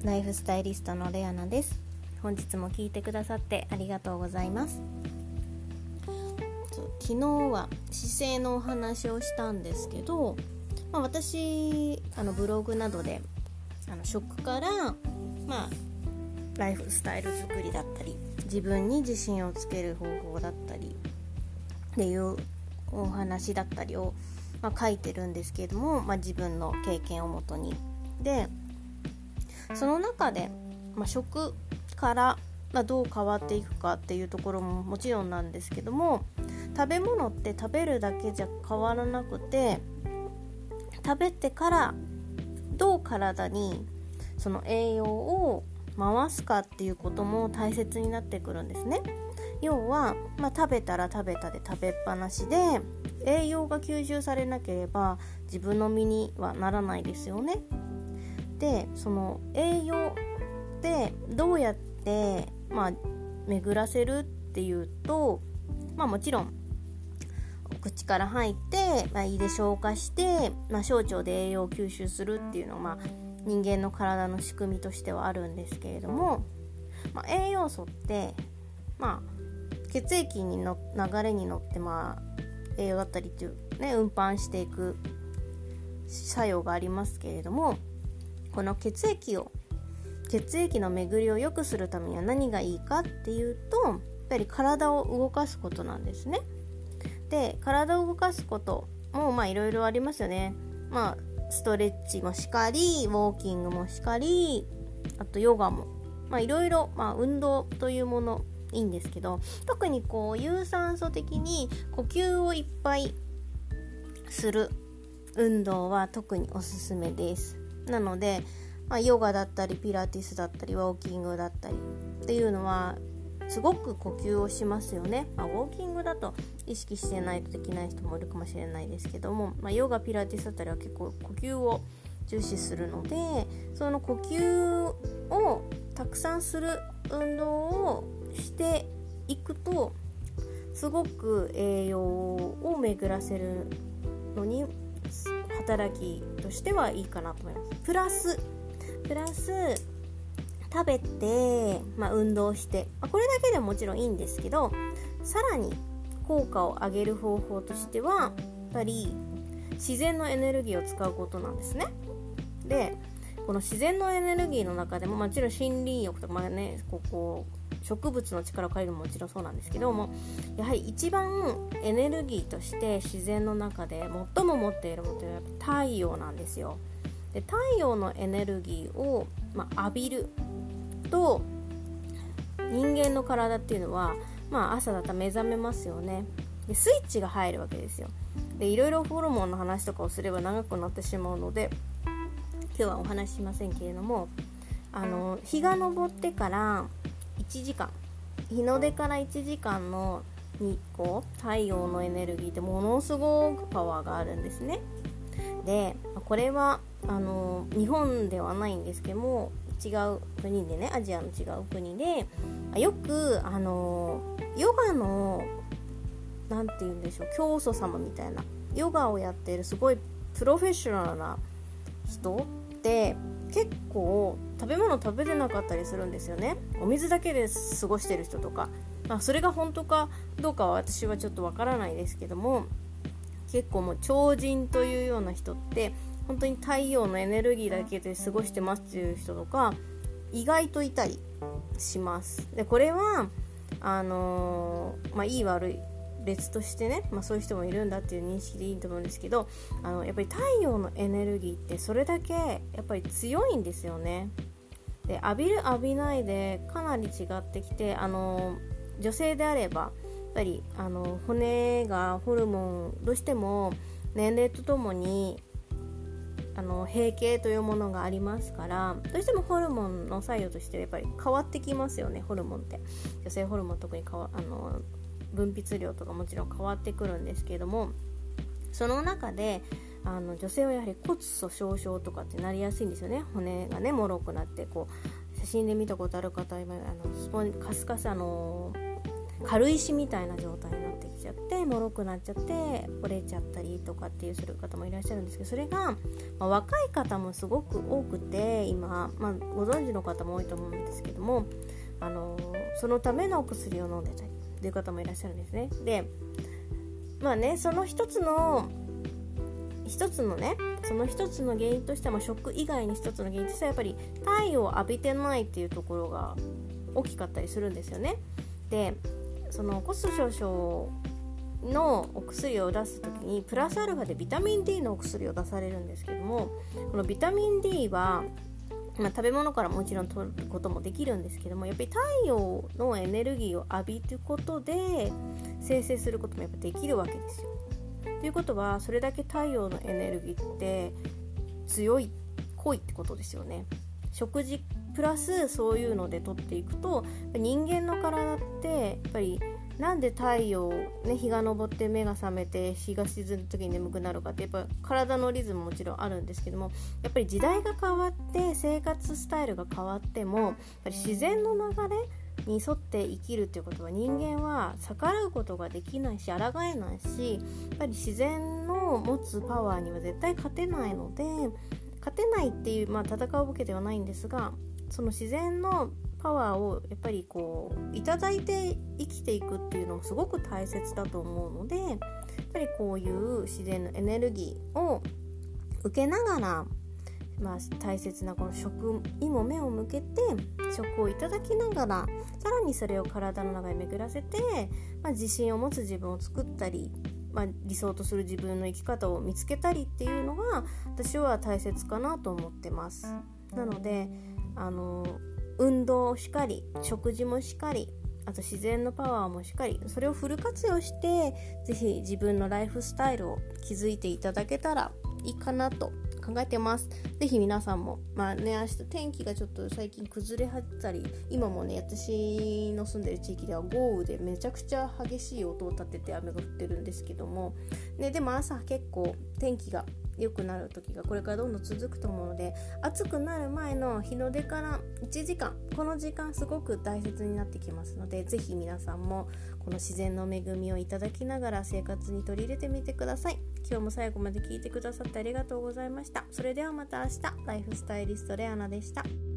ライフスタイリストのレアナです。本日も聞いてくださってありがとうございます。昨日は姿勢のお話をしたんですけど、私ブログなどで食から、ライフスタイル作りだったり自分に自信をつける方法だったりっていうお話だったりを、書いてるんですけれども、自分の経験をもとにでその中で、食から、どう変わっていくかっていうところももちろんなんですけども、食べ物って食べるだけじゃ変わらなくて、食べてからどう体にその栄養を回すかっていうことも大切になってくるんですね。要は、食べたら食べたで食べっぱなしで栄養が吸収されなければ自分の身にはならないですよね。で、その栄養ってどうやって、巡らせるっていうと、もちろん口から入って、胃で消化して、小腸で栄養を吸収するっていうのが、人間の体の仕組みとしてはあるんですけれども、栄養素って、血液の流れに乗って、栄養だったりっていう、運搬していく作用がありますけれども、この血液の巡りを良くするためには何がいいかっていうと、やっぱり体を動かすことなんですね。で、体を動かすこともいろいろありますよね。ストレッチもしかり、ウォーキングもしかり、あとヨガもいろいろ、運動というものいいんですけど、特に有酸素的に呼吸をいっぱいする運動は特におすすめです。なので、ヨガだったりピラティスだったりウォーキングだったりっていうのはすごく呼吸をしますよね。ウォーキングだと意識してないとできない人もいるかもしれないですけども、ヨガピラティスだったりは結構呼吸を重視するので、その呼吸をたくさんする運動をしていくとすごく栄養を巡らせるのに働きとしてはいいかなと思います。プラス食べて、運動して、これだけでももちろんいいんですけど、さらに効果を上げる方法としてはやっぱり自然のエネルギーを使うことなんですね。で、この自然のエネルギーの中でももちろん森林浴とか、植物の力を借りるのももちろんそうなんですけども、やはり一番エネルギーとして自然の中で最も持っているものというのは太陽なんですよ。で、太陽のエネルギーを、浴びると人間の体っていうのは、朝だったら目覚めますよね。で、スイッチが入るわけですよ。で、いろいろホルモンの話とかをすれば長くなってしまうので今日はお話ししませんけれども、日が昇ってから1時間、日の出から1時間の日光、太陽のエネルギーってものすごくパワーがあるんですね。で、これは日本ではないんですけども、違う国でね、アジアの違う国でよくヨガのなんて言うんでしょう、教祖様みたいなヨガをやっているすごいプロフェッショナルな人って結構食べ物食べてなかったりするんですよね。お水だけで過ごしてる人とか、それが本当かどうかは私はちょっとわからないですけども、結構もう超人というような人って本当に太陽のエネルギーだけで過ごしてますっていう人とか意外といたりします。で、これはいい悪い別としてね、そういう人もいるんだっていう認識でいいと思うんですけど、やっぱり太陽のエネルギーってそれだけやっぱり強いんですよね。で、浴びる浴びないでかなり違ってきて、女性であればやっぱり骨がホルモンどうしても年齢とともに閉経というものがありますから、どうしてもホルモンの作用としてやっぱり変わってきますよね。ホルモンって女性ホルモン特に分泌量とかもちろん変わってくるんですけれども、その中で女性はやはり骨粗しょう症とかってなりやすいんですよね。骨がね脆くなって、写真で見たことある方はカスカス軽石みたいな状態になってきちゃって脆くなっちゃって折れちゃったりとかっていうする方もいらっしゃるんですけど、それが、若い方もすごく多くて今、ご存知の方も多いと思うんですけども、そのためのお薬を飲んでたりという方もいらっしゃるんですね。でその一つの原因としては、食以外に一つの原因としてはやっぱり太陽を浴びてないっていうところが大きかったりするんですよね。でその骨粗しょう症のお薬を出すときにプラスアルファでビタミン D のお薬を出されるんですけども、このビタミン D は、食べ物からもちろん取ることもできるんですけども、やっぱり太陽のエネルギーを浴びることで生成することもやっぱできるわけですよ。ということはそれだけ太陽のエネルギーって濃いってことですよね。食事プラスそういうので取っていくと、人間の体ってやっぱりなんで太陽、日が昇って目が覚めて日が沈む時に眠くなるかって、やっぱ体のリズムもちろんあるんですけども、やっぱり時代が変わって生活スタイルが変わっても、やっぱり自然の流れに沿って生きるっていうことは人間は逆らうことができないし抗えないし、やっぱり自然の持つパワーには絶対勝てないので、勝てないっていう、戦うわけではないんですが、その自然のパワーをやっぱりいただいて生きていくっていうのもすごく大切だと思うので、やっぱりこういう自然のエネルギーを受けながら、大切なこの食にも目を向けて食をいただきながら、さらにそれを体の中に巡らせて、自信を持つ自分を作ったり、理想とする自分の生き方を見つけたりっていうのが私は大切かなと思ってます。なので運動しかり、食事もしかり、あと自然のパワーもしかり、それをフル活用してぜひ自分のライフスタイルを築いていただけたらいいかなと考えてます。ぜひ皆さんも明日天気がちょっと最近崩れはったり、今もね私の住んでる地域では豪雨でめちゃくちゃ激しい音を立てて雨が降ってるんですけども、でも朝結構天気が良くなる時がこれからどんどん続くと思うので、暑くなる前の日の出から1時間、この時間すごく大切になってきますので、ぜひ皆さんもこの自然の恵みをいただきながら生活に取り入れてみてください。今日も最後まで聞いてくださってありがとうございました。それではまた明日。ライフスタイリストレアナでした。